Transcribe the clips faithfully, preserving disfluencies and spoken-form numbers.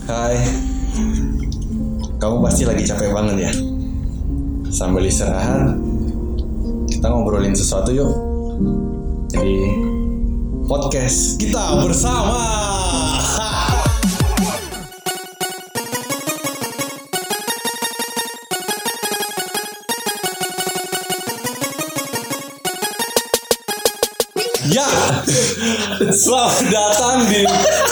Hai, kamu pasti lagi capek banget ya. Sambil istirahat, kita ngobrolin sesuatu yuk. Jadi podcast kita bersama. Ya, selamat datang di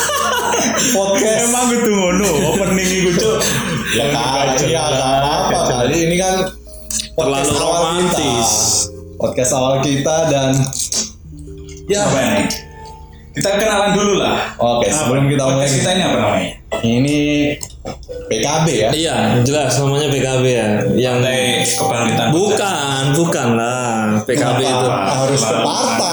podcast. Emang gitu ngono opening iku cuk. Ya kali ya apa kali ini kan podcast Terlalu awal romantis. kita. Podcast awal kita dan ya Apa ini? Kita kenalan dulu lah. Oke, sebelum kita mulai, Podcast kita ini apa namanya? ini P K B ya. Iya, jelas namanya P K B ya. Yang Partai Kebangkitan. bukan, bukan lah. P K B itu Harus ke partai.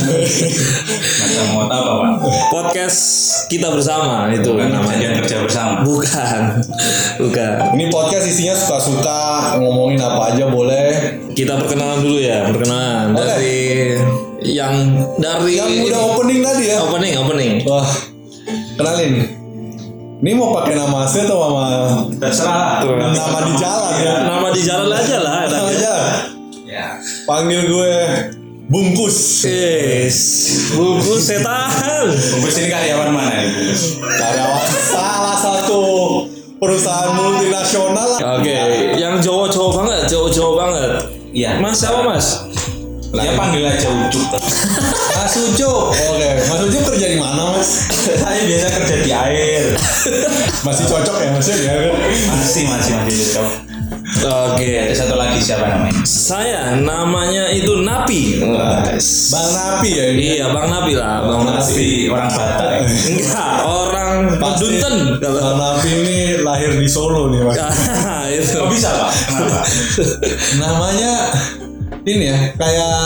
Macam mau apa, Pak? podcast kita bersama itu Bukan namanya. kejadian kerja bersama. Bukan, bukan. Ini podcast isinya suka-suka, ngomongin apa aja boleh. Kita perkenalan dulu ya, perkenalan Oke. dari yang dari Yang udah opening tadi ya. opening, opening. Wah, kenalin. Ini mau pakai nama asli atau nama Terserah. nama di jalan ya? Nama di jalan aja lah. Nama aja. Ya. Panggil gue Bungkus. Yes, bungkus setan. Bungkus ini karyawan mana nih, Bungkus? Karyawan salah satu perusahaan multinasional. Oke, yang Jawa-Jawa banget, Jawa-Jawa banget. Iya. Mas siapa mas? Dia panggil aja Ucup. Mas Ucup. Oke, Mas Ucup kerja di mana, Mas? Saya biasa kerja di air. Masih cocok ya, Mas ya? Masih, masih, masih cocok. Oke, Ada satu lagi siapa namanya? saya namanya itu Napi. Bang Napi ya ini. Iya, Bang Napi lah, Bang Napi. Pasti orang Batak. Enggak, orang Pasti Dunten. Bang Napi ini lahir di Solo nih, Mas. Itu. Kok bisa, Pak? Kenapa? Namanya ini ya, kayak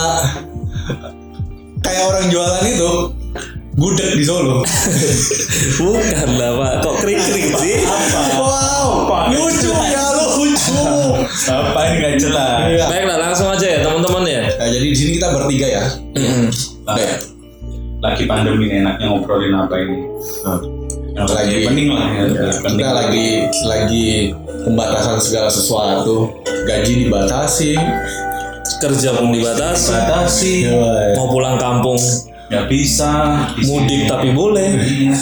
kayak orang jualan itu gudeg di Solo. Bukan lah, Pak. Kok krik-krik sih? Wow, lucu ya, lucu. Apa ini nggak jelas? Iya. Baiklah, langsung aja ya, teman-teman ya. Nah, jadi di sini kita bertiga ya. Lagi, lagi pandemi nih, enaknya ngobrolin apa ini? Yang lagi Lagi- penting lah ya. Penting. Kita lagi lagi pembatasan segala sesuatu, gaji dibatasi. Kerja pun dibatasi, batasi, mau pulang kampung nggak bisa. Di mudik sini. tapi boleh. Iya.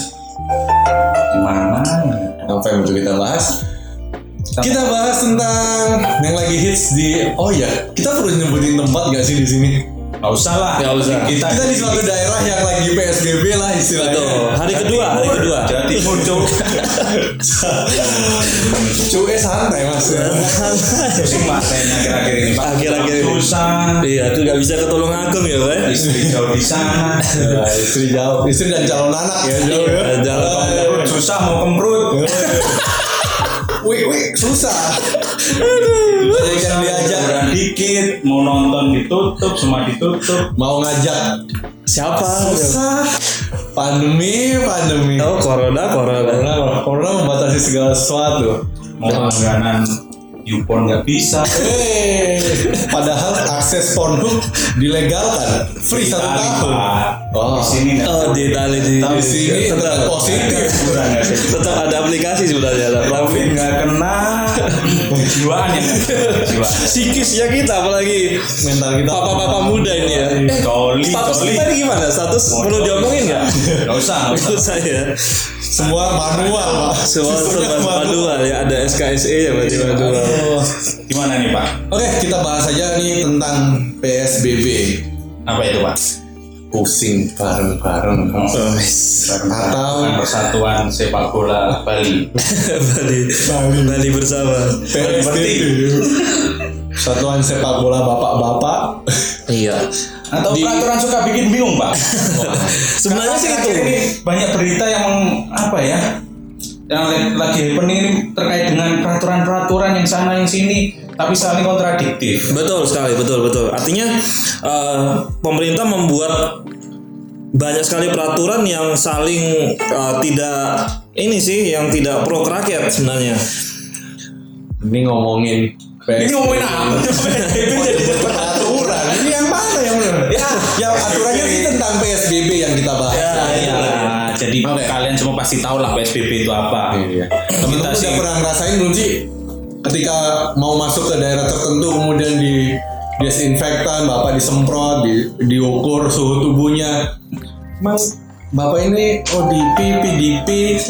Gimana? Apa yang mau kita bahas? Kita bahas tentang yang lagi hits di. Oh ya, kita perlu nyebutin tempat gak sih di sini? Nggak usah lah. Nggak usah. Kita Kita di suatu daerah yang lagi P S B B lah istilahnya. Betul. Hari kedua, hari kedua. Jadi muncul. Cuy santai mas. Pusing mas saya akhir-akhir ini Pak. Akhir-akhir ini. Susah. Iya, itu nggak bisa ketolong agung ya, Pak. Istri jauh di sana. Ya, istri jauh, istri dan calon anak ya jauh ya. Iya, calon Ah, anak. ya. Susah mau kemprut. Wih, wih, susah. Banyak yang diajak. Kurang dikit. Mau nonton ditutup, semua ditutup. Mau ngajak Siapa? susah. Pandemi, pandemi. Oh, corona, corona. Corona, corona membatasi segala sesuatu. Mau langganan YouPorn nggak bisa. Eh, padahal akses Pornhub dilegalkan, free satu Kali, tahun. Pak. Oh. Di sini nggak. Oh, di tali di, Di sini tetap tetap, positif. Kurang nggak sih? tetap ada aplikasi sebenarnya. Covid nggak kena. Jiwaan yang nggak kena. Jiwaan. Psikisnya kita apalagi Mental kita. papa-papa muda ini ya. Eh, Coli, status coli. kita ini gimana? Status perlu diomongin nggak? Nggak usah. nggak usah. Menurut saya Semua manual, Pak. semua Sistemnya serba manual ya, ada S K S E ya berarti manual. Oh. Gimana nih Pak? Oke, kita bahas aja nih tentang P S B B. Apa itu Pak? Pusing bareng-bareng. Atau- Persatuan Sepak Bola Bali. Bali, Bali bersama. P S B B. Satuan Sepak Bola Bapak-bapak. Iya. Atau Di- peraturan suka bikin bingung Pak. Sebenarnya sih itu. Akhir-akhir ini banyak berita yang meng- apa ya? Yang lagi happening ini terkait dengan peraturan-peraturan yang sana yang sini, tapi saling kontradiktif. Betul sekali, betul betul. Artinya eh, pemerintah membuat banyak sekali peraturan yang saling eh, tidak ini sih, yang tidak pro ke rakyat sebenarnya. Ini ngomongin P S B B. Ini ngomongin apa? Itu jadi peraturan. Ini yang mana yang benar? Ya, yang aturannya sih tentang P S B B yang kita bahas. Ya, Ya, Jadi Oke. kalian semua pasti tahu lah P S B B itu apa. Iya. Teman-teman Kita udah sih- pernah ngerasain belum sih ketika mau masuk ke daerah tertentu kemudian di desinfektan, bapak disemprot, di, diukur suhu tubuhnya. Mas, bapak ini O D P, P D P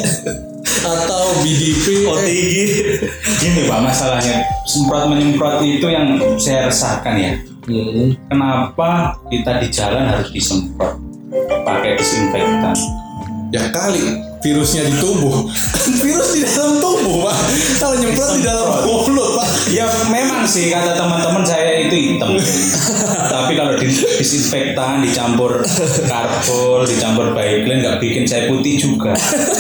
atau B D P? O T G. Gini Pak, masalahnya semprot menyemprot itu yang saya resahkan ya. Hmm. Kenapa kita di jalan harus disemprot pakai disinfektan? Ya kali virusnya di tubuh. Kan virus di dalam tubuh, Pak. Kalau nyemprot di dalam mulut, Pak. Ya memang sih kata teman-teman saya itu hitam. Tapi kalau di disinfektan dicampur karbol, dicampur baiklen nggak bikin saya putih juga.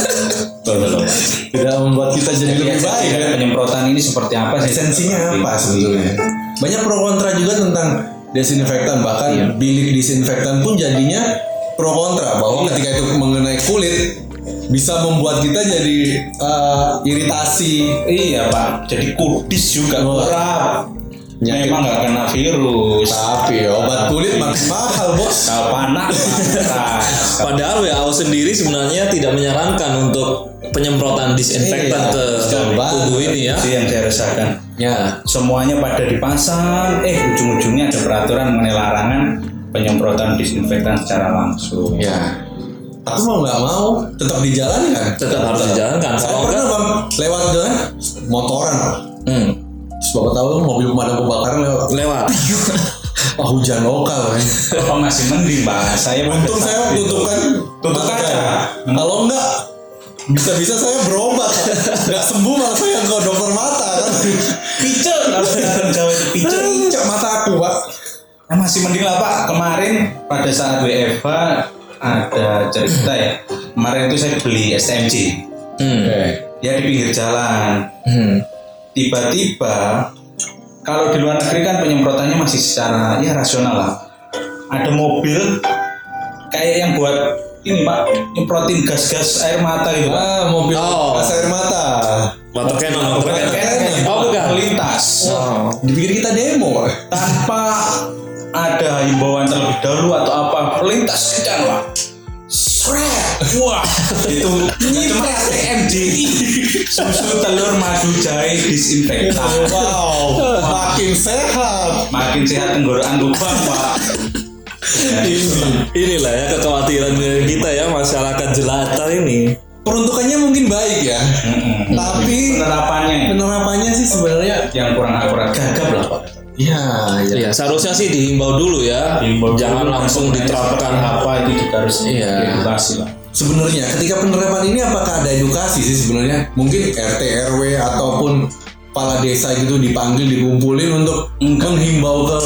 Betul. Tidak membuat kita jadi lebih baik. Ya. Penyemprotan ini seperti apa sih? Esensinya apa sebetulnya? Banyak pro kontra juga tentang desinfektan, bahkan Iya. bilik disinfektan pun jadinya pro kontra bahwa Iya. ketika itu mengenai kulit bisa membuat kita jadi uh, iritasi. Iya Pak, jadi kudis juga Wah. kurap. Nyakit. Memang nggak kena virus. Tapi obat kulit makin mahal, Bos. Kalau panas, panas. Padahal W H O sendiri sebenarnya tidak menyarankan untuk penyemprotan disinfektan Iya, ke coba. tubuh ini ya. Itu yang saya rasakan. Ya. Semuanya pada dipasang, eh ujung-ujungnya ada peraturan mengenai larangan penyemprotan disinfektan secara langsung. Ya. Tapi mau nggak mau tetap dijalankan. Tetap harus dijalankan. Saya Kalau pernah enggak, Bang, lewat jalan motoran. hmm, Terus bapak tahu mobil pemadam kebakaran lewat. lewat. Wah, hujan lokal kan. Oh masih mending Pak, saya Untung saya tutupkan Tutup mata. kaca. Kalau enggak bisa-bisa saya berobat. Enggak sembuh malah saya ke dokter mata kan. picel kalau sekarang Jawa itu picel. Cak mata aku, Pak. Nah, masih mending lah Pak. Kemarin pada saat W F H ada cerita ya. Kemarin itu saya beli S M G. Hmm, Ya di pinggir jalan. hmm. Tiba-tiba kalau di luar negeri kan penyemprotannya masih secara ya rasional lah. Ada mobil kayak yang buat ini Pak, nyemprotin gas-gas air mata gitu Pak. Ah, mobil Oh. gas air mata. Water cannon, water Bukan cannon. kayak kayak Oh, bukan. melintas Oh. Dipikir kita demo. tanpa ada himbauan terlebih dahulu atau apa, melintas kencang Pak. Sret. Wah, itu cuma S M G I, susu telur madu jahe disinfektan. Wow, makin sehat. Makin sehat tenggorokan lubang Pak. Ya, Ini, inilah ya kekhawatiran dari kita ya masyarakat jelata ini. Peruntukannya mungkin baik ya, Mm-mm. tapi penerapannya penerapannya sih sebenarnya yang kurang akurat, gagap lah Pak. ya, ya. Iya, seharusnya sih dihimbau dulu ya. Himbau Jangan dulu, langsung seperti diterapkan. apa itu juga harus Iya. diedukasi lah. Sebenarnya ketika penerapan ini apakah ada edukasi sih sebenarnya? Mungkin R T R W ataupun kepala desa gitu dipanggil, dikumpulin untuk Enggak. menghimbau ke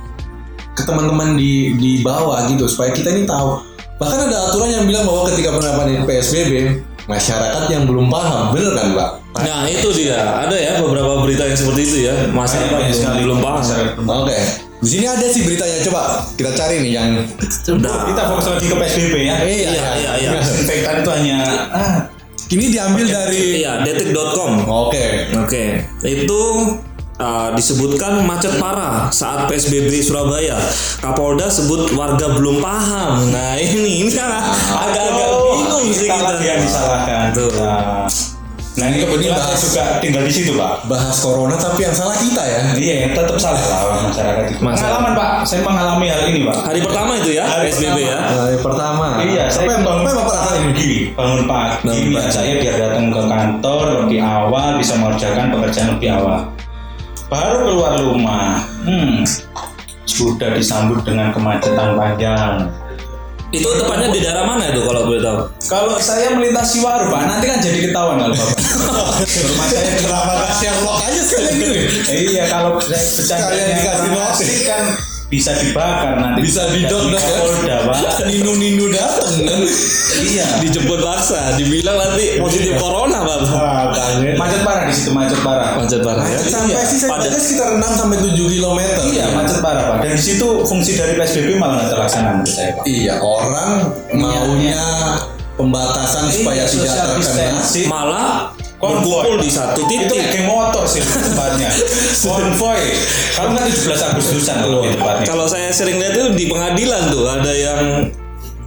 ke teman-teman di di bawah gitu supaya kita ini tahu. Bahkan ada aturan yang bilang bahwa ketika penerapan P S B B masyarakat yang belum paham, bener kan, Pak? Nah itu dia, ada ya beberapa berita yang seperti itu ya, masyarakat Banyak sekali belum, belum paham. masyarakat belum- Oke, di sini ada sih beritanya. Coba kita cari nih yang Sudah. Kita fokus lagi ke P S B B ya. Iya, Iya, iya, iya. Disinfektan itu hanya ah, ini diambil dari. Iya, detik dot com. Oke. Oke, itu uh, disebutkan macet parah saat P S B B Surabaya. Kapolda sebut warga belum paham. Nah ini, ini agak-agak bingung sih kita kita. lagi yang disalahkan. Tuh. Nah, nah ini kebetulan saya bahas- juga tinggal di situ Pak. Bahas corona tapi yang salah kita ya. Iya, tetap salah lah masyarakat itu. Masyarakat. Pengalaman Pak, saya mengalami hal ini Pak. Hari pertama itu ya Hari P S B B ya. pertama. Hari pertama. Iya, saya Apa yang apa yang Bapak rasain? pagi, bangun pagi, Bangun niat pagi. saya biar datang ke kantor lebih awal, bisa mengerjakan pekerjaan lebih awal. Baru keluar rumah, hmm, sudah disambut dengan kemacetan panjang. Itu tepatnya di daerah mana itu kalau boleh tahu? Kalau saya melintasi Waru Pak, nanti kan jadi ketahuan kalau Bapak. Rumah saya di Kenapa kasih yang lock aja sekalian gitu? Iya, kalau saya Sekalian bercanda dikasih notif. kan bisa dibakar nanti. Bisa didot dah ya. Polda Pak. Ninu-ninu dateng kan? Iya. Dijemput paksa, dibilang nanti positif corona Bapak. Macet parah di situ, macet parah. Macet parah ya. Sampai Iya, sih saya pada- baca sekitar enam sampai tujuh kilometer. Iya, macet parah Pak. Dan di situ fungsi dari P S B B malah nggak terlaksana menurut saya Pak. Iya, orang maunya pembatasan supaya Iya, tidak social terkena. distancing. Malah Konvoy. berkumpul di satu Itu kayak titik. geng motor sih tempatnya. Konvoy. Kalau nggak tujuh belas Agustusan loh di tempatnya. Kalau saya sering lihat itu di pengadilan tuh ada yang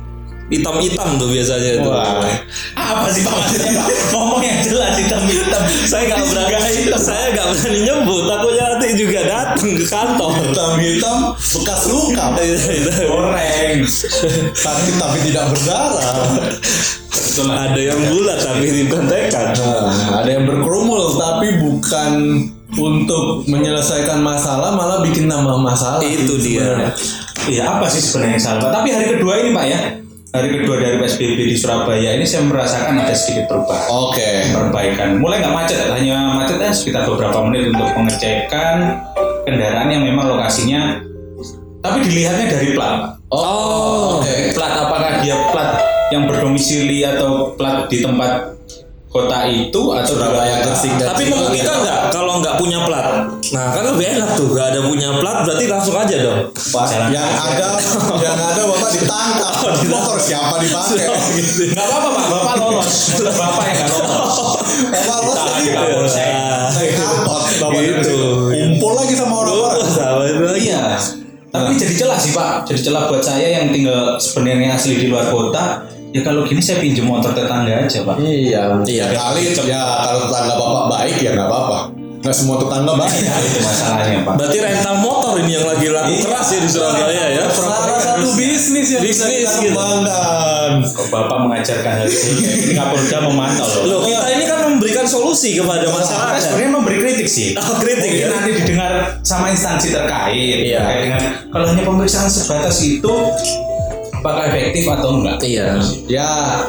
hitam-hitam tuh biasanya itu. Wah. Apa sih Pak maksudnya Pak? Ngomong yang jelas hitam-hitam. Saya nggak berani, saya nggak berani nyebut. Takutnya nanti juga datang ke kantor. Hitam-hitam bekas luka. Goreng. Sakit tapi tidak berdarah. Betul lah. Ada yang bulat tapi dikontekan. Nah, ada yang berkerumul tapi bukan untuk menyelesaikan masalah, malah bikin nambah masalah. Itu dia. Sebenarnya. Iya apa sih sebenarnya yang salah Pak? Tapi hari kedua ini Pak ya, hari kedua dari P S B B di Surabaya ini saya merasakan ada sedikit perubahan. Oke. Perbaikan. Mulai nggak macet, hanya macetnya sekitar beberapa menit untuk pengecekan kendaraan yang memang lokasinya. Tapi dilihatnya dari plat. Oh, oke. Plat apakah dia plat yang berdomisili atau plat di tempat kota itu atau Surabaya, di Gresik, dan Tapi memungkinkan nggak kalau nggak punya plat? Nah kan lebih enak tuh, nggak ada punya plat berarti langsung aja dong. Pak, Jalan yang ada yang ada bapak ditangkap. Motor siapa dipakai? Nggak apa-apa Pak, Bapak lolos. Motor Bapak yang nggak lolos. Bapak lo Ditahan tadi di Kapolsek. naik angkot, bapak Gitu. kumpul lagi sama orang-orang. Sama itu lagi. Iya. Tapi jadi celah sih Pak, jadi celah buat saya yang tinggal sebenarnya asli di luar kota. Ya kalau gini saya pinjam motor tetangga aja Pak. Iya, Iya. kali ya kalau tetangga bapak baik ya nggak apa-apa. Nggak semua tetangga baik. Ya itu masalahnya Pak. Berarti rental motor ini yang lagi laku keras ya di Surabaya ya. Salah satu bisnis yang bisa Bisnis kita gitu. kembangkan. Kok Bapak mengajarkan hal itu? Ini Kapolda memantau loh. Loh kita ini kan memberikan solusi kepada Kita masyarakat. sebenarnya memberi kritik sih. Oh, kritik Mungkin ya? nanti didengar sama instansi terkait. Iya. Terkait dengan kalau hanya pemeriksaan sebatas itu apakah efektif atau enggak? Iya. Ya,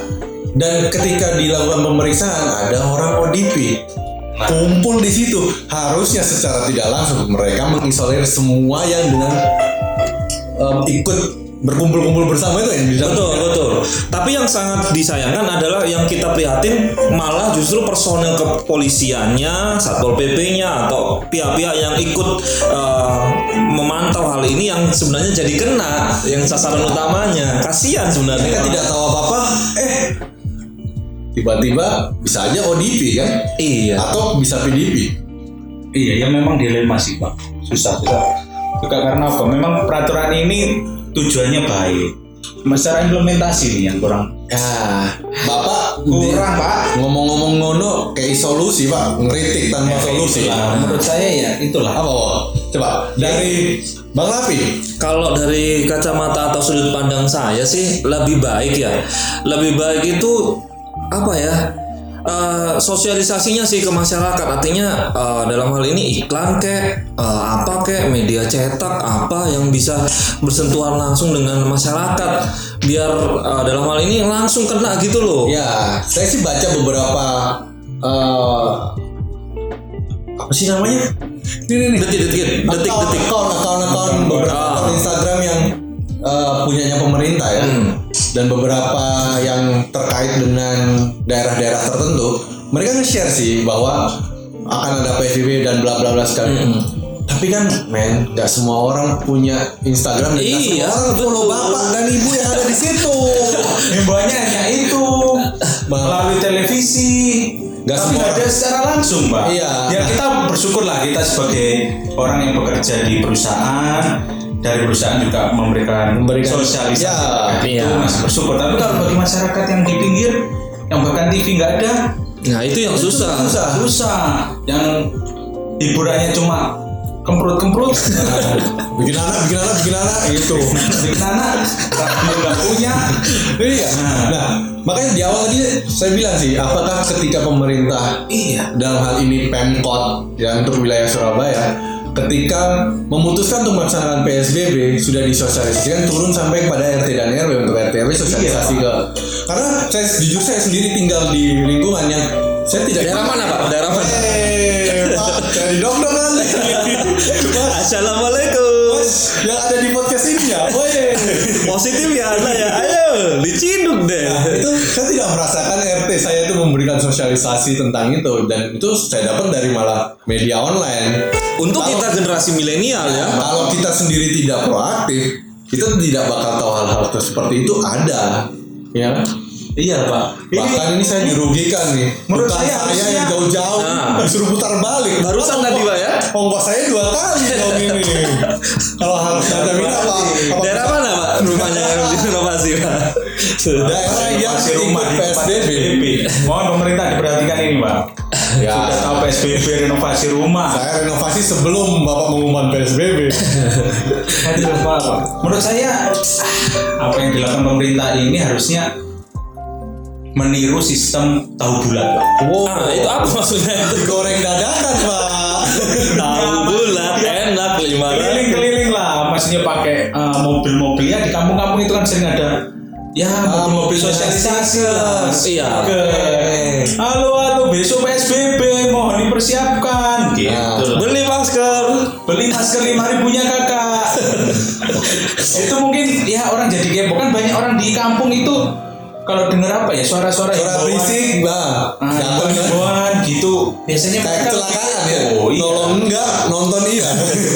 dan ketika dilakukan pemeriksaan ada orang O D P kumpul di situ. Harusnya secara tidak langsung mereka mengisolir semua yang dengan um, ikut berkumpul-kumpul bersama itu yang di dalam. Betul, betul. Tapi yang sangat disayangkan adalah yang kita prihatin malah justru personel kepolisiannya, Satpol P P-nya atau pihak-pihak yang ikut uh, memantau hal ini yang sebenarnya jadi kena, yang sasaran utamanya. Kasihan sebenarnya. Mereka tidak tahu apa-apa, eh tiba-tiba bisa aja O D P kan? Iya. Atau bisa P D P. Iya, ya memang dilema sih Pak. Susah, susah. Juga karena apa? Memang peraturan ini tujuannya baik. Masalah implementasi nih yang kurang. Ya, Bapak Kurang Pak. ngomong-ngomong ngono kayak solusi Pak, ngeritik tanpa solusi. Itulah, menurut saya ya itulah. Apa Pak? Coba dari Bang Lapi. Kalau dari kacamata atau sudut pandang saya sih lebih baik ya. Lebih baik itu apa ya? Uh, sosialisasinya sih ke masyarakat, artinya uh, dalam hal ini iklan kek, uh, apa kek, media cetak apa yang bisa bersentuhan langsung dengan masyarakat, biar uh, dalam hal ini langsung kena gitu loh. Ya, saya sih baca beberapa uh, apa sih namanya? Ini nih. Detik detik detik Account, detik. account, account, account, beberapa Ah. account Instagram yang uh, punyanya pemerintah ya, Hmm. dan beberapa yang terkait dengan daerah-daerah tertentu, mereka nge-share sih bahwa akan ada P S B B dan bla bla bla sekali. Hmm. Tapi kan, men, nggak semua orang punya Instagram dan nggak Iya, semua orang follow betul. bapak dan ibu yang ada di situ. Himbauannya hanya itu melalui televisi. Nggak Tapi semua nggak ada orang. secara langsung, Pak. Iya. Ya kita bersyukurlah kita sebagai orang yang bekerja di perusahaan, dari perusahaan juga memberikan, Memberikan- sosialisasi Ya, terkait itu, iya. masih bersyukur. Tapi kalau bagi masyarakat yang di pinggir, yang bahkan T V nggak ada, Nah itu yang susah. susah, susah. Yang hiburannya cuma kemprut-kemprut, Bikin anak, bikin anak, bikin anak, gitu. bikin anak, radio nggak punya. Iya. Nah, makanya di awal tadi saya bilang sih, apakah ketika pemerintah Iya. dalam hal ini Pemkot yang untuk wilayah Surabaya, ketika memutuskan untuk melaksanakan P S B B sudah disosialisasikan turun sampai kepada R T dan R W untuk R T R W sosialisasi ke, karena saya jujur saya sendiri tinggal di lingkungan yang saya tidak. Daerah mana Pak? Daerah mana? Eh, Pak, dari dong dong kan. Mas, Assalamualaikum. yang ada di podcast ini ya, woi. Positif ya Anda ya. Ayo diciduk deh. Nah, itu saya tidak merasakan R T saya itu memberikan sosialisasi tentang itu, dan itu saya dapat dari malah media online. Untuk Kalau- kita generasi milenial ya. Kalau kita sendiri tidak proaktif, kita tidak bakal tahu hal-hal seperti itu ada, ya. Iya Pak. Bahkan ini saya dirugikan nih. Menurut Bukan saya saya harusnya- yang jauh-jauh Nah. disuruh putar balik. Barusan tadi, Pak, ya? Ongkos saya dua kali dong ini. Kalau harus ada minta apa? apa Daerah mana Pak rumahnya yang direnovasi Pak? Daerah yang Renovasi rumah di ikut tempat P S B B. Mohon pemerintah diperhatikan ini Pak. Ya. Sudah tahu P S B B renovasi rumah. Saya renovasi sebelum Bapak mengumumkan P S B B. Aduh, Pak. Menurut saya apa yang dilakukan pemerintah ini harusnya meniru sistem tahu bulat Pak. Wow. Ah, itu apa maksudnya? Goreng dadakan, Pak. Tahu bulat enak lima ratus. Keliling-keliling lah, maksudnya pakai uh, mobil-mobilnya di kampung-kampung itu kan sering ada ya mobil-mobil sosialisasi lah. Iya. Oke. Halo halo besok P S B B mohon dipersiapkan gitu. Nah. Beli masker. Beli masker lima ribunya kakak. Itu mungkin ya orang jadi kepo kan banyak orang di kampung itu kalau dengar apa ya suara-suara Suara himbauan, berisik, Bang. ah, Jangan himbauan gitu biasanya kayak mereka kecelakaan ya. oh iya Nolong enggak, nonton iya.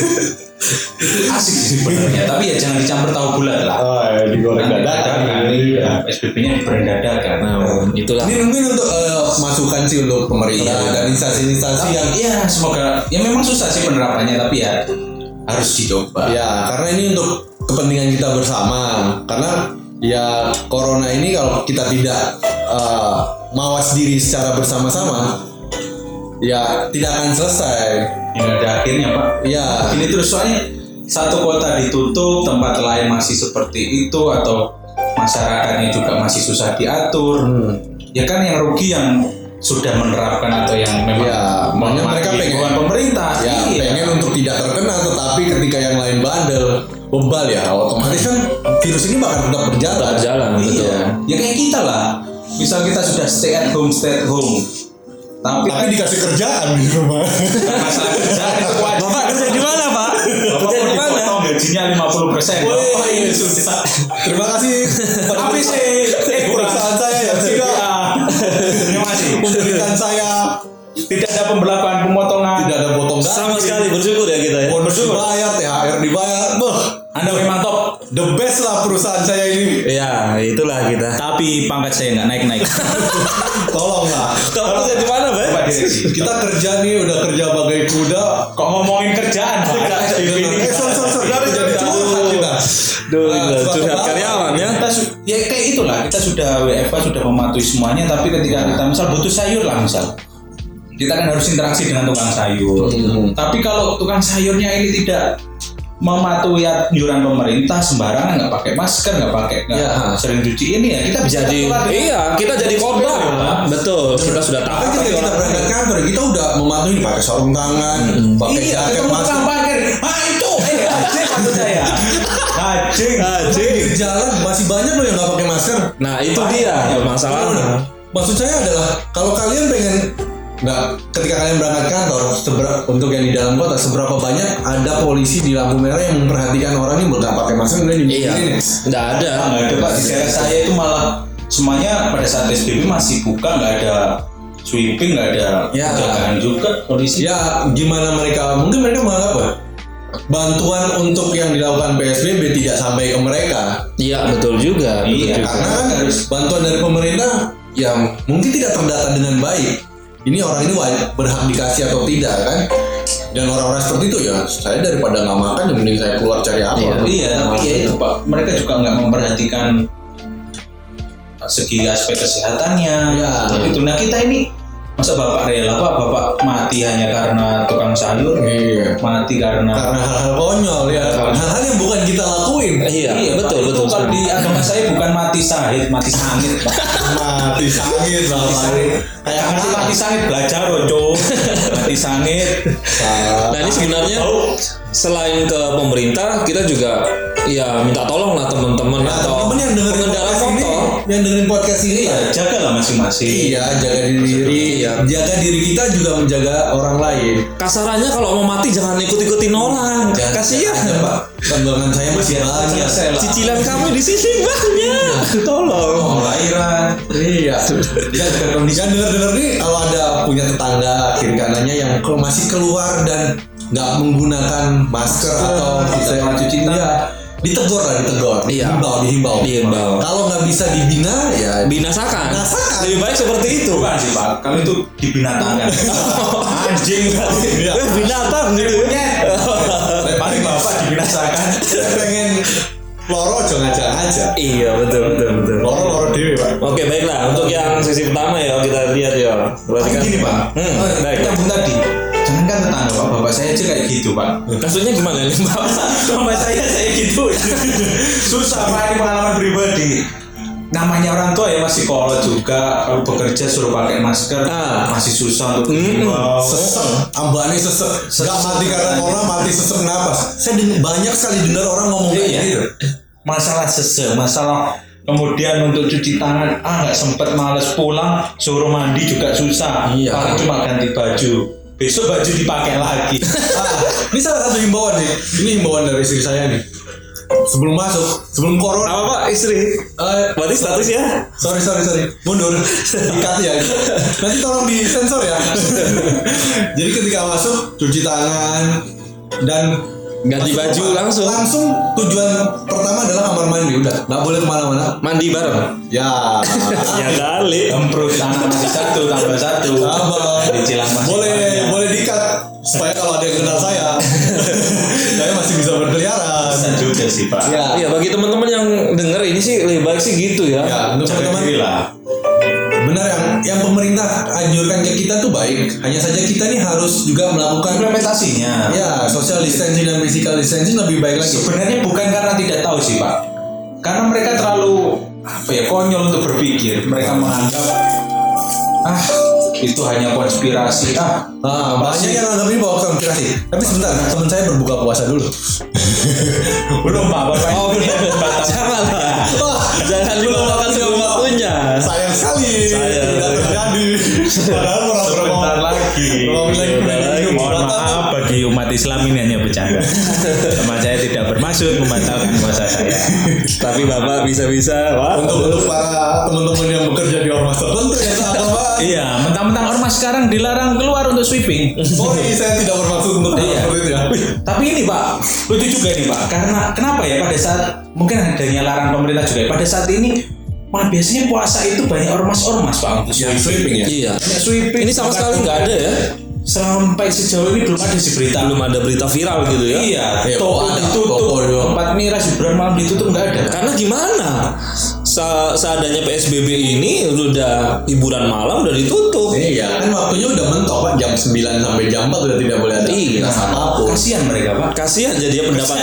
asik sih sebenarnya tapi ya jangan dicampur tahu bulat lah. Oh, ya, digoreng Nanti dadakan. dadakan, iya. P S B B-nya digoreng dadakan. Nah, itulah. Ini mungkin untuk eh, masukan sih untuk pemerintah Iya. dan instansi-instansi Tapi yang ya semoga ya memang susah sih penerapannya tapi ya harus dicoba. ya karena ini untuk kepentingan kita bersama. Karena ya corona ini kalau kita tidak eh, mawas diri secara bersama-sama ya tidak akan selesai. Ini ada akhirnya Pak. Ya, Ini terus soalnya satu kota ditutup, tempat lain masih seperti itu atau masyarakatnya juga masih susah diatur. Hmm. Ya kan yang rugi yang sudah menerapkan atau yang memang Ya, makanya mereka mematuhi pengen- himbauan pemerintah. ya Iya. pengen untuk tidak terkena, tetapi ketika yang lain bandel bebal ya otomatis kan virus ini bakal tetap berjalan. Jalan betul. Iya. Ya kayak kita lah. Misal kita sudah stay at home, stay at home. Tapi, Tapi dikasih kerjaan di rumah. masalah kerjaan itu wajib. Bapak kerja di mana Pak? Bapak Kerja mau di mana? dipotong gajinya lima puluh persen. Bapak ini sudah. Terima kasih. Tapi sih, eh perusahaan saya yang tidak Terima kasih. memberikan saya Tidak ada pemberlakuan pemotongan. tidak ada potong gaji. Sama sekali bersyukur ya kita ya. Bonus dibayar, T H R dibayar. Beuh, Anda memang top. the best lah perusahaan saya ini. Ya, itulah kita. Tapi pangkat saya nggak naik-naik. Tolonglah. Kamu kerja di mana, Pak? Pak Direksi. Kita kerja nih udah kerja bagai kuda. Kok ngomongin kerjaan, Pak? Eh, sorry, sorry, sorry. Kita jadi curhat kita. Duh, Nah, suatu curhat hal- karyawan ya. Kita su- ya kayak itulah kita sudah W F H sudah mematuhi semuanya tapi ketika kita misal butuh sayur lah misal kita kan harus interaksi dengan tukang sayur Hmm. tapi kalau tukang sayurnya ini tidak mematuhi anjuran pemerintah sembarangan nggak pakai masker nggak pakai nggak Ya. sering cuci ini ya kita bisa Jadi tertular dengan- iya, kita jadi korban. Betul, kita sudah tahu. Bahkan ketika kita berangkat kantor kita udah mematuhi pakai sarung tangan, pakai iya jaket, ketemu masker. tukang parkir ah itu eh anjing maksud saya anjing Anjing. Di jalan masih banyak loh yang nggak pakai masker. Nah, itu dia masalahnya. Maksud saya adalah kalau kalian pengen nggak ketika kalian berangkat kantor seberapa untuk yang di dalam kota seberapa banyak ada polisi di lampu merah yang memperhatikan orang ini nggak pakai masker kemudian Iya, dibikirin ya. nggak ada. nggak ada Pak di daerah saya itu malah semuanya pada saat S B B masih buka nggak ada sweeping nggak ada Ya. penjagaan juga polisi Ya gimana mereka mungkin mereka menganggap apa? Bantuan untuk yang dilakukan P S B B tidak sampai ke mereka. Iya, betul juga. betul Iya, juga. Karena kan Harus. bantuan dari pemerintah yang mungkin tidak terdata dengan baik. Ini orang ini wajib berhak dikasih atau tidak kan? Dan orang-orang seperti itu ya, saya daripada nggak makan, ya mending saya keluar cari apa? Iya. iya tapi ya itu Pak mereka juga nggak memperhatikan segi aspek kesehatannya Ya. itu nah kita ini masa bapak rela Pak bapak mati hanya karena tukang sayur Iya. mati karena Karena hal-hal konyol ya, hal-hal yang bukan kita lakuin. Iya, Iya, betul, Pak, betul. itu kalau di agama saya bukan mati sahid, mati sangit, Pak. Mati sangit lah, Mati sangit. kayak Mati apa? mati sangit belajar Rojo. Mati sangit. Nah, ini sebenarnya selain ke pemerintah, kita juga ya minta tolong lah teman-teman Nah, atau teman-teman yang dengerin pengendara podcast ini, motor. yang dengerin podcast ini ya, Ya, jagalah masing-masing. iya jaga diri, Iya. jaga diri kita juga menjaga orang lain. Kasarannya kalau mau mati jangan ikut-ikutin orang. Kasihan. Ya, Pak. Tanggungan saya masih Biar banyak. selesai lah. Cicilan kami di sini banyak. Tolong. Oh, lahiran. Iya. Jaga kondisi. Jangan denger-denger nih kalau ada punya tetangga kiri kanannya yang kalau masih keluar dan nggak menggunakan masker atau Atau saya cuci tangan. Iya. ditegur lah, ditegur, Iya. dihimbau, dihimbau. Dihimbau. Kalau nggak bisa dibina, ya Binasakan. Binasakan. Lebih baik seperti itu. Bukan sih Pak, kalau itu dibinatangkan. Anjing Iya. Eh, binatang gitu. paling bapak dibinasakan. pengen loro aja ngajak-ngajak. Iya betul betul betul. Loro loro dewi pak. Oke baiklah untuk yang sesi pertama ya kita lihat ya. Berarti Tapi kan gini Pak, Hmm, oh, baik. kita pun tadi, jangankan tetangga Pak, bapak saya aja kayak gitu Pak. Maksudnya gimana nih Bapak? Bapak saya saya gitu. Susah Pak, ini pengalaman pribadi. Namanya orang tua ya masih kolot juga, kalau bekerja suruh pakai masker Ah. masih susah untuk Mm-mm. dihimbau. Sesek, ambane sesek, nggak mati karena corona, mati sesek napas. Saya deng- banyak sekali dengar orang ngomong kayak Iya. gitu. Masalah sesek, masalah kemudian untuk cuci tangan, ah nggak sempet males pulang, suruh mandi juga susah, Iya. paling cuma ganti baju, besok baju dipakai lagi. Ah, ini salah satu himbauan nih. Ini himbauan dari istri saya nih. Sebelum masuk, sebelum corona. Apa Pak istri? Eh, Berarti statusnya? sorry sorry sorry, mundur. Dikat ya. Nanti tolong disensor ya. Jadi ketika masuk cuci tangan dan Ganti baju langsung. Langsung tujuan pertama adalah kamar mandi, udah nggak boleh kemana-mana. Mandi bareng. Ya. Ya kali. Emprut anak masih satu tambah satu. Apa? Dicilang masih Boleh banyak. boleh dikat supaya kalau ada yang kenal saya, saya masih bisa berkeliaran. Bisa juga sih Pak. Ya. Iya bagi teman-teman yang denger ini sih lebih baik sih gitu ya. Ya, untuk Jaga teman-teman diri lah. benar yang yang pemerintah anjurkan ke kita tuh baik. Hanya saja kita nih harus juga melakukan Implementasinya. ya social distancing dan physical distancing lebih baik lagi. Sebenarnya bukan karena tidak tahu sih Pak, karena mereka terlalu apa ya konyol untuk berpikir. Mereka menganggap ah itu hanya konspirasi ah. Ah, banyak yang anggap ini bawa konspirasi. Tapi sebentar, teman saya berbuka puasa dulu. Belum Pak, bapak Oh ini benar. batas. Jangan lah. Wah, Jangan dilupakan sebelum waktunya. sayang sekali. Sayang. Tidak terjadi. Padahal pura-pura mau Sebentar lagi. mau bilang Sebentar lagi. minum Mohon rata. maaf bagi umat Islam ini hanya bercanda. Teman saya tidak bermaksud membatalkan puasa saya. Tapi Bapak bisa-bisa. Wah. Untuk untuk para teman-teman yang bekerja di ormas tertentu ya sahabat Pak. Iya, mentang-mentang ormas sekarang dilarang keluar untuk sweeping. Sorry, saya tidak bermaksud untuk hal Iya. seperti itu ya. Tapi ini Pak, lucu juga nih Pak. Karena kenapa ya pada saat mungkin adanya larangan pemerintah juga ya, pada saat ini malah biasanya puasa itu banyak ormas-ormas Pak untuk Yang sweeping ya. Iya. Banyak sweeping. Ini sama sekali nggak ada ya. Sampai sejauh ini belum ada sih berita. Belum ada berita viral gitu ya. Iya, Iya, toko ada, ditutup, toko doang. tempat miras hiburan malam ditutup nggak ada. Karena gimana? Sa seadanya P S B B ini udah hiburan malam udah ditutup. Iya, kan waktunya udah mentok Pak, jam sembilan sampai jam empat udah tidak boleh ada Iya. aktivitas apapun. Kasihan mereka Pak. Kasihan jadi pendapatan.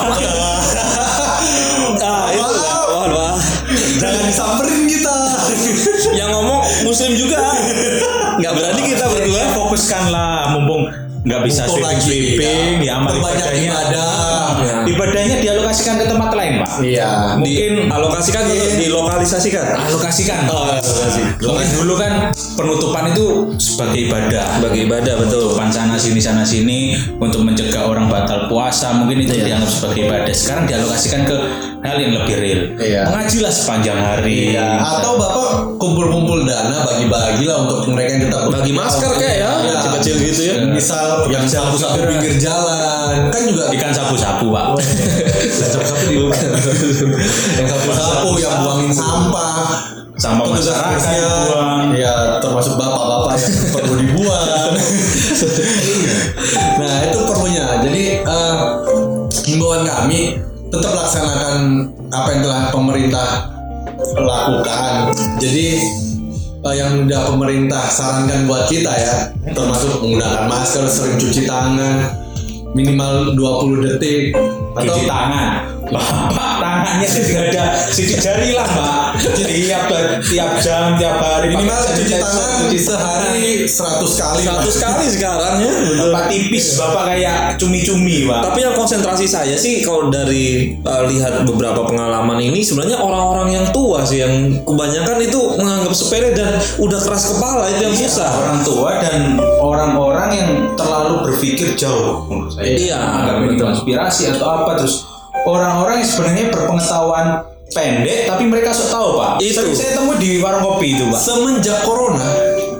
Ah, itu Wow. mohon maaf. Jangan disamperin kita. Yang ngomong muslim juga. Nggak berani kita berdua. Fokuskanlah, mumpung nggak bisa Mumpung sweeping lagi, sweeping, ya. ya amal Perbanyak ibadahnya. ibadah. Ya. Ibadahnya dialokasikan ke tempat lain Pak. Iya. Mungkin alokasikan dulu, dilokalisasikan. Alokasikan. Oh, alokasi. Mungkin dulu kan penutupan itu sebagai ibadah. Sebagai ibadah betul. Penutupan sana sini sana sini untuk mencegah orang batal puasa, mungkin itu Iya. dianggap sebagai ibadah. Sekarang dialokasikan ke hal yang lebih real. Iya. Mengajilah sepanjang hari. Iya. Atau Bapak kumpul-kumpul dana bagi-bagilah untuk mereka yang tetap Bagi masker kayak ya, Iya. kecil-kecil gitu ya. Misal yang sapu-sapu pinggir jalan kan juga Ikan sapu-sapu Pak. sapu-sapu di rumah. Yang sapu-sapu, yang buangin sampah, Sama petugas masyarakat kebersihan. buang. Ya termasuk bapak-bapak yang perlu dibuang. Nah itu perlunya. Jadi eh, himbauan kami tetap laksanakan apa yang telah pemerintah lakukan. Jadi eh, yang udah pemerintah sarankan buat kita ya, termasuk menggunakan masker, sering cuci tangan, minimal dua puluh detik atau Cuci tangan. Bapak tangannya tidak ada sidik jari lah Pak. Tiap tiap jam, tiap hari. minimal pakai cuci sanitizer, tangan cuci sehari seratus kali. Seratus kali sekarang ya. Bapak tipis, Bapak kayak cumi-cumi Pak. Tapi yang konsentrasi saya sih kalau dari uh, lihat beberapa pengalaman ini sebenarnya orang-orang yang tua sih yang kebanyakan itu menganggap sepele dan udah keras kepala itu yang Iya, susah. orang tua dan orang-orang yang terlalu berpikir jauh menurut saya. Iya, Menganggap ini betul. konspirasi atau apa, terus orang-orang yang sebenarnya berpengetahuan pendek tapi mereka sok tahu Pak. Itu. Sering saya temui di warung kopi itu Pak. Semenjak corona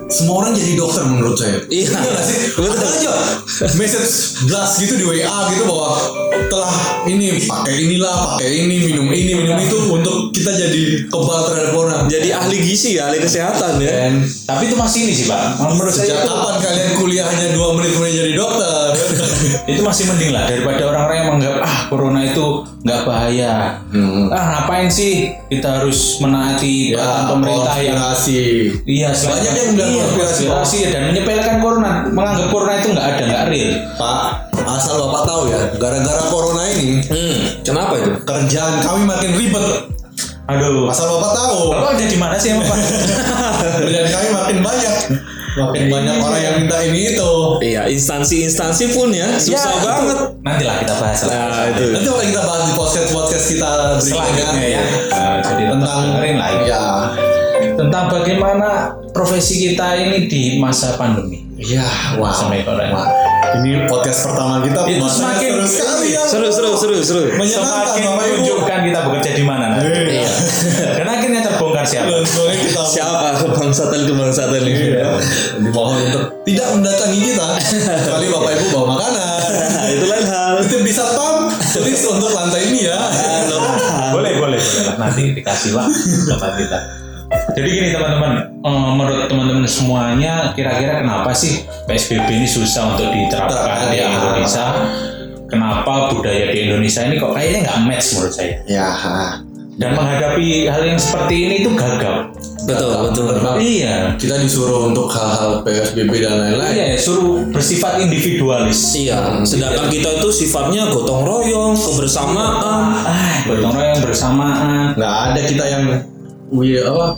semua orang jadi dokter menurut saya. Iya. Nggak sih? Betul. Ada aja message blast gitu di W A gitu bahwa telah ini pakai inilah, pakai ini, minum ini, minum itu untuk kita jadi kebal terhadap corona. Jadi ahli gizi ya, ahli kesehatan ya. Dan Tapi itu masih ini sih Pak. Menurut saya sejak itu, kapan kalian kuliah hanya dua menit kemudian jadi dokter? itu masih mending lah daripada orang-orang yang menganggap ah corona itu nggak bahaya. Hmm. Ah ngapain sih kita harus menaati peraturan pemerintah yang konspirasi. iya Banyak yang bilang iya, konspirasi. konspirasi dan menyepelekan corona, menganggap corona itu nggak ada, nggak real. Pak, asal Bapak tahu ya, gara-gara corona ini Hmm, kenapa itu? kerjaan kami makin ribet. Aduh. Asal Bapak tahu. Bapak ada di mana sih emang Pak? Kerjaan kami makin banyak. Makin banyak orang yang minta ini itu. Iya, instansi-instansi pun ya susah Ya, banget. Nanti lah kita bahas lah. Nah, itu. Nanti kalau kita bahas di podcast-podcast kita Selanjutnya berikutnya ya. Nah, jadi tentang dengerin lah ya. ya. Tentang bagaimana profesi kita ini di masa pandemi. Iya, wah. Sampai corona. Wah. Ini podcast pertama kita Itu bahasanya semakin- seru sekali ya. Seru, seru, seru, seru. Menyenangkan Semakin Bapak Ibu. menunjukkan kita bekerja di mana nanti. Iya. Dan akhirnya terbongkar siapa? Soalnya kita Siapa kebangsaan-kebangsaan ini? Iya. Dimohon untuk tidak mendatangi kita kecuali Bapak Ibu bawa makanan. Nah, itu lain hal. Itu bisa pam tulis untuk lantai ini ya. boleh, boleh, boleh lah. Nanti dikasih lah tempat kita. Jadi gini teman-teman, eh, menurut teman-teman semuanya, kira-kira kenapa sih P S B B ini susah untuk diterapkan di Ya. Indonesia? Kenapa budaya di Indonesia ini kok kayaknya nggak match menurut saya? Ya. Dan menghadapi hal yang seperti ini itu gagal. Betul, betul. Iya. Kita disuruh untuk hal-hal P S B B dan lain-lain. Iya, suruh bersifat individualis. Iya, sedangkan kita itu sifatnya gotong royong, kebersamaan. Ah, gotong royong bersamaan. Nggak ada kita yang wih apa?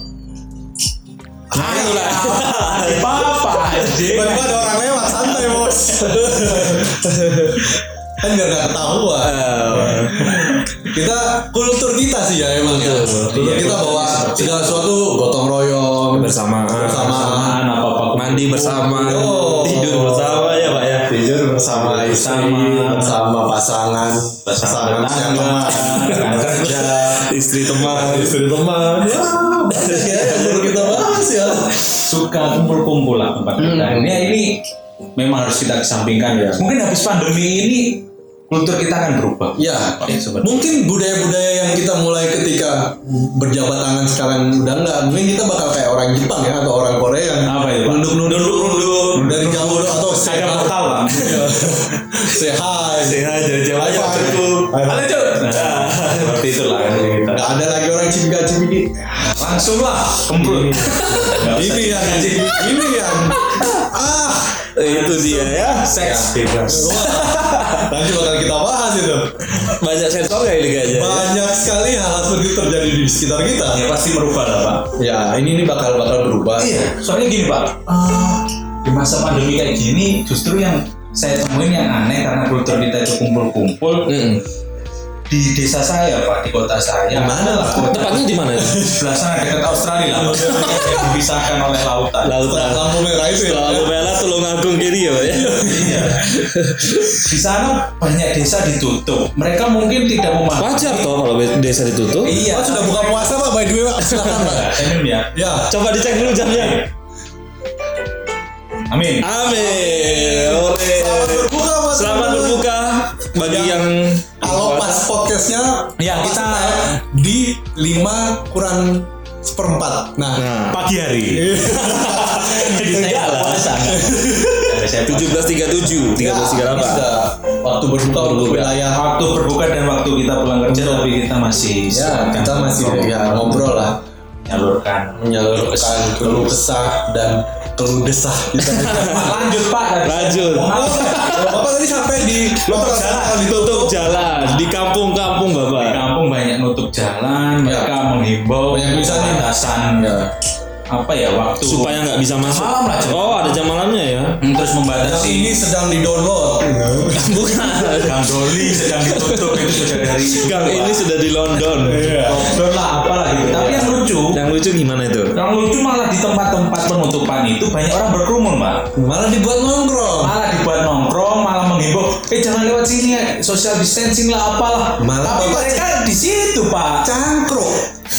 Ayo lah. Apa anjing? Tiba-tiba ada orang lewat santai bos. Kan biar nggak ketahuan. Kita kultur kita sih ya emang ya. Kultur kita bahwa segala sesuatu gotong royong, Bersamaan. bersamaan, apa-apa Mandi bersama, Oh. tidur bersama ya Pak ya. tidur bersama istri, Bersama. bersama pasangan, Bersama pasangan tetangga, rekan kerja, Istri teman. istri teman. Ya, banyak ya yang perlu kita bahas ya. suka kumpul-kumpul lah tempat kita. Hmm. Ini ini memang harus kita kesampingkan ya. Mungkin habis pandemi ini kultur kita akan berubah. Ya, Oke, sobat. mungkin budaya-budaya yang kita mulai ketika berjabat tangan sekarang udah enggak. Mungkin kita bakal kayak orang Jepang ya atau orang Korea yang Apa itu, Pak? nunduk-nunduk dari jauh atau say Ada portal lah. say hi. Sehat jauh-jauh aja. Halo Cuk. Nah, seperti itulah kita. Nggak ada lagi orang cipika cipiki. Langsung lah kemprut. Ini yang ini yang ah Itu dia ya. Seks bebas. nanti bakal kita bahas itu. Banyak sensor kayak ini kayaknya. Banyak sekali hal seperti itu terjadi di sekitar kita. Ya pasti merubah lah Pak. Ya ini ini bakal bakal berubah. Iya. Soalnya gini Pak. eh, di masa pandemi kayak gini justru yang saya temuin yang aneh karena kultur kita itu kumpul-kumpul. Mm-mm. Di desa saya Pak, di kota saya. Di mana lah? Tepatnya di mana itu? Sebelah sana dekat Australia lah. Yang dipisahkan oleh lautan. Lautan. Lampu merah itu ya. Lampu merah Tulungagung kiri ya Pak ya. Iya. Di sana banyak desa ditutup. Mereka mungkin tidak memahami. Wajar toh kalau desa ditutup. Iya. Oh, sudah buka puasa Pak by the way Pak. Silakan Pak. Amin ya. Ya. Coba dicek dulu jamnya. Amin. Amin. Oleh. Selamat berbuka Pak. Selamat berbuka bagi Ya. yang Kalau pas podcastnya Ya, pas kita- naik di lima kurang seperempat. Nah, Nah, Pagi hari. Jadi saya Enggak lah. puasa. Enggak. Saya tujuh belas tiga puluh tujuh, tiga belas tiga puluh ini delapan. sudah waktu berbuka untuk Berbuka. wilayah. Waktu berbuka dan waktu kita pulang kerja tapi kita masih Ya, silakan kita masih ya ngobrol lah, nyalurkan. menyalurkan keluh kesah dan keluh desah kita. Lanjut Pak. Lanjut. Bapak tadi sampai di Tutup jalan. Ditutup jalan di kampung-kampung Di Bapak. kampung banyak nutup jalan, mereka menghimbau Banyak tulisan nih. batasan Ya. apa ya waktu Supaya nggak bisa masuk. Malam lah, jam. Oh, ada jam malamnya ya? Hmm, terus Yang membatasi. ini sedang di download. Bukan. Gang Doli sedang ditutup itu sudah dari Gang ini sudah di London. lockdown lah apalah gitu. Tapi yang lucu, Yang lucu gimana itu? yang lucu malah di tempat-tempat penutupan itu banyak orang berkerumun Pak. Malah dibuat nongkrong. Malah dibuat nongkrong, malah menghimbau, eh jangan lewat sini ya, social distancing lah apalah. Malah Tapi Bapak mereka di situ Pak. Cangkruk.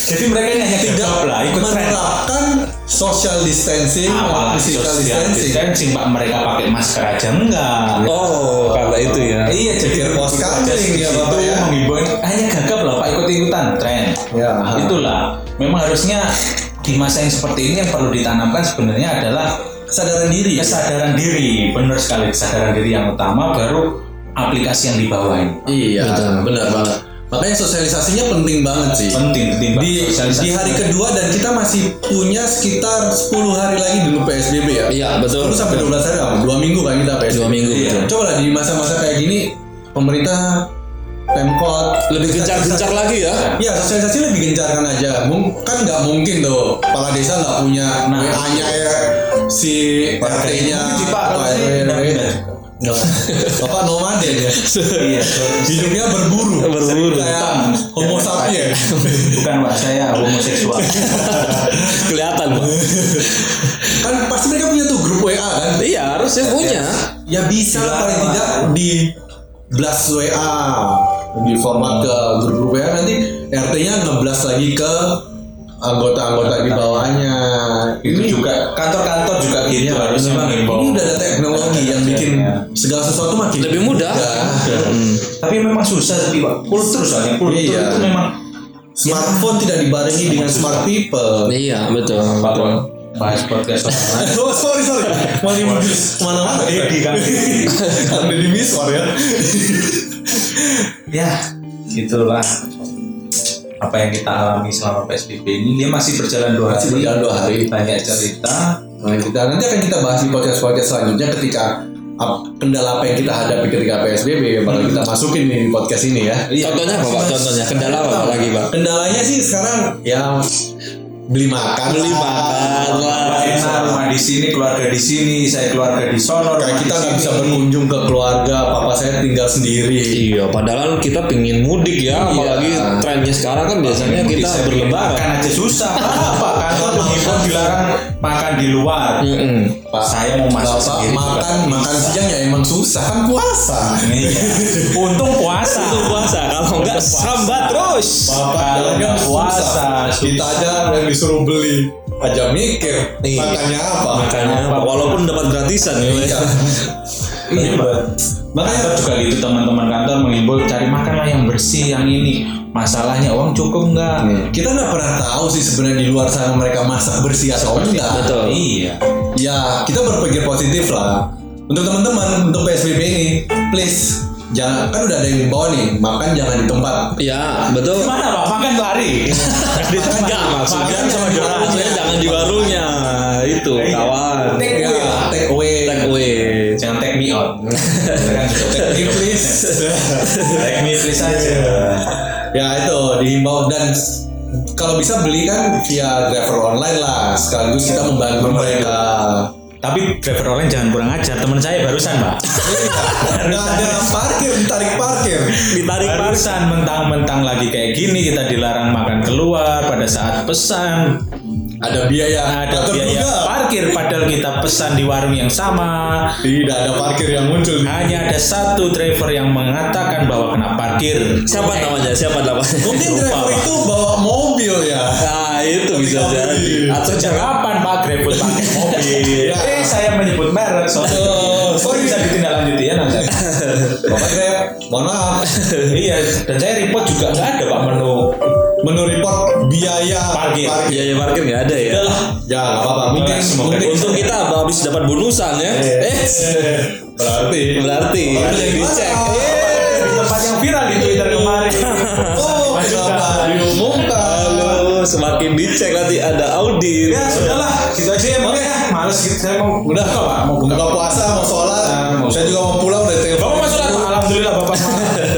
Jadi mereka ini hanya tidak gagap lah ikut tren. menerapkan social distancing, Apalagi physical social distancing. distancing, Pak, mereka pakai masker aja enggak. Oh, karena itu ya. Iya, jadi Pos begitu kancing aja ya, itu Bapak ya. menghimbau hanya gagap loh Pak ikut-ikutan tren. Ya. Itulah. Memang harusnya di masa yang seperti ini yang perlu ditanamkan sebenarnya adalah Kesadaran diri. kesadaran diri. Benar sekali, kesadaran diri yang utama, baru aplikasi yang di bawah ini. Iya, Betul. benar banget. Makanya sosialisasinya penting banget sih. Penting, penting banget Di, sosialisasi. di hari kedua dan kita masih punya sekitar sepuluh hari lagi dulu P S B B ya. Iya, betul. sepuluh sampai dua belas hari apa? dua minggu kan kita P S B B. Dua minggu, Iya. betul. Coba lah di masa-masa kayak gini pemerintah Pemkot Lebih gencar-gencar lagi ya. Iya, sosialisasi lebih gencarkan aja. Mung- kan nggak mungkin tuh kepala desa nggak punya Nah. W A-nya ya si R T-nya Mungkin sih, Pak, Pak kalau sih R W. pindah-pindah. Nggak. Bapak nomaden ya. Iya, Hidupnya berburu. Berburu. Kayak homo sapien. bukan Pak, saya homoseksual. Kelihatan, Pak. Kan pasti mereka punya tuh grup W A kan. Iya, harusnya punya. Ya bisa lah paling tidak di blast W A, di format ke grup-grup W A, nanti R T-nya ngeblas lagi ke anggota-anggota di bawahnya. Itu juga kantor-kantor juga gitu Iya, harusnya memang mengimbau. ini udah ada teknologi yang bikin Iya. segala sesuatu makin Lebih mudah. Hmm. Tapi memang susah sih Pak. Kultur soalnya kultur Iya. itu memang Smartphone tidak dibarengi dengan smart people. Iya, betul. Pak bahas podcast orang lain. Oh sorry sorry, malah mana-mana. Deddy kan. Kan di misor ya. Ya, gitulah apa yang kita alami selama P S B B ini. Dia masih berjalan dua Masih hari. berjalan dua hari. Banyak cerita. Nah, kita nanti akan kita bahas di podcast-podcast selanjutnya ketika ap- kendala apa yang kita hadapi ketika P S B B yang bakal kita masukin nih di podcast ini ya. Contohnya apa, Pak? Contohnya kendala apa lagi, Pak? Kendalanya sih sekarang ya beli makan. Beli makan lah. Enak, rumah di sini, keluarga di sini, saya keluarga di sono. Kayak rumah kita di nggak sini. bisa berkunjung ke keluarga, papa saya tinggal sendiri. Iya, padahal kita pingin mudik ya, apalagi trennya sekarang kan biasanya kita Bisa berlebaran. makan aja susah. Apa kantor menghimbau dilarang makan di luar. Mm-mm. Pak, Saya mau masak Bapak sendiri makan juga. makan siang ya emang susah kan puasa. Iya. Untung puasa. Itu puasa, kalau enggak sambat terus. Bapak Kalau jalan nggak puasa, susah. Kita aja yang disuruh beli aja mikir Iya. makannya apa. Makanya apa? Walaupun dapat gratisan ya. Iya. Iya, Pak. Makanya Kantor juga gitu, teman-teman kantor menghimbau cari makanlah yang bersih, yang ini. Masalahnya uang cukup enggak? kita nggak pernah tahu sih sebenarnya di luar sana mereka masak bersih atau enggak. Betul. Iya. Ya kita berpikir positif lah. Untuk teman-teman untuk P S B B ini, please jangan, kan udah ada yang bawa nih, makan jangan di tempat. Iya, betul. Gimana Pak? Makan lari. Enggak maksudnya Makan sama di jualan. warungnya, jangan di warungnya. Itu Iya. kawan. Take Ya, away lah. take away. Take away. Jangan take me out. Kan juga take Take me, please. Take me please aja. Ya itu dihimbau dan s- kalau bisa beli kan via driver online lah, sekaligus kita membantu mereka. Tapi driver online jangan kurang ajar. Teman saya barusan Pak. Nggak ada parkir, ditarik parkir. Ditarik parkir. Barusan mentang-mentang lagi kayak gini kita dilarang makan keluar pada saat pesan. Ada biaya, Ada tak biaya terduga. parkir padahal kita pesan di warung yang sama. Tidak ada parkir yang muncul. Hanya ada satu driver yang mengatakan bahwa kena parkir. Siapa namanya? Siapa namanya? Mungkin Lupa, driver Pak. itu bawa mobil ya. Nah, itu bisa Ketika jadi. beli. Atau Sejak jangan kapan Pak Grab pakai mobil? Ya. Eh saya menyebut merek soalnya. Oh, Sorry bisa ditindaklanjuti ya nanti. Bapak Grab, mohon maaf. Iya, dan saya report juga nggak ada Pak menu. Menu report biaya Parkir. biaya parkir nggak ada ya. Udah lah. Ya nggak apa-apa. Mungkin, Semoga mungkin Untuk kita habis dapat bonusan ya. Eh, berarti. berarti ada yang dicek. Di tempat yang viral di Twitter kemarin. Oh, kenapa diumumkan? Halo, semakin dicek nanti ada audit. Ya sudahlah, gitu aja ya Bang ya. Males gitu saya mau Udah buka, Pak, mau buka. buka puasa, mau sholat. Nah, mau Saya juga mau pulang dari telepon. Bapak masuk Pak. Alhamdulillah Bapak mau.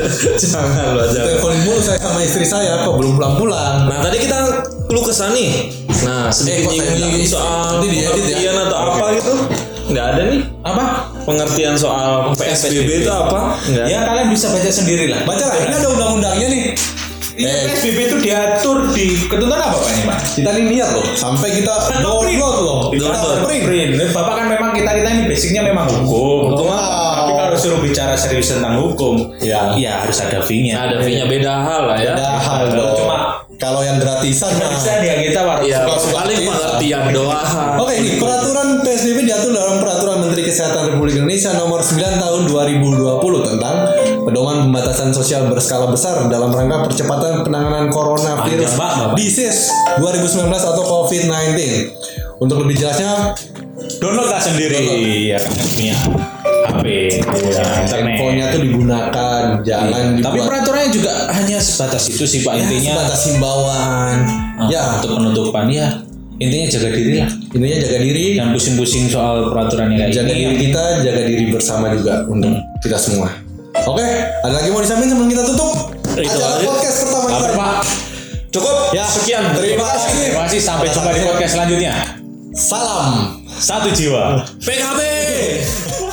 Jangan lu aja. Teleponin mulu saya sama istri saya, kok belum pulang-pulang. Nah tadi kita keluh kesah nih. Nah sedikit Eh, kok saya nyinggung bilang soal nanti diedit ya? pengertian atau apa gitu. Nggak ada nih. Apa? Pengertian soal P S B B itu apa? Nggak. Ya kalian bisa baca sendiri lah. Baca lah, ini ada undang-undangnya nih. Iya, Eh. P S B B itu diatur di ketentuan apa Pak ini Pak? Kita ini niat loh, sampai kita download loh. Kita Download. print. Print. Bapak kan memang kita kita ini basicnya memang hukum. Hukum Tapi apa? kalau suruh bicara serius tentang hukum, Ya. ya harus ada fee-nya. Ada fee-nya beda hal lah ya. Beda hal Kalau dong. cuma Kalau yang gratisan nah. Bisa dia kita warung Ya Suka-suka paling kita. pengertian doang. Oke nih, peraturan P S B B diatur dalam Peraturan Menteri Kesehatan Republik Indonesia Nomor sembilan Tahun dua ribu dua puluh tentang pedoman pembatasan sosial berskala besar dalam rangka percepatan penanganan coronavirus Panjang, Pak, Bapak. disease dua ribu sembilan belas atau covid sembilan belas. Untuk lebih jelasnya, download lah sendiri ya kan punya H P punya internet. handphonenya tuh digunakan, jangan Tapi dibuat peraturannya juga hanya sebatas itu sih Pak, intinya sebatas himbauan. ah, Ya, untuk penutupan ya intinya jaga diri lah, intinya jaga diri, jangan pusing-pusing soal peraturannya kayak jaga gini. diri kita, jaga diri bersama juga untuk kita semua. Oke, ada lagi mau disampaikan sebelum kita tutup Itu acara aja. podcast pertama Apa kita? Pak? Cukup. Ya, Sekian. terima kasih. Terima kasih, sampai jumpa di podcast selanjutnya. Salam. Satu jiwa. P K B.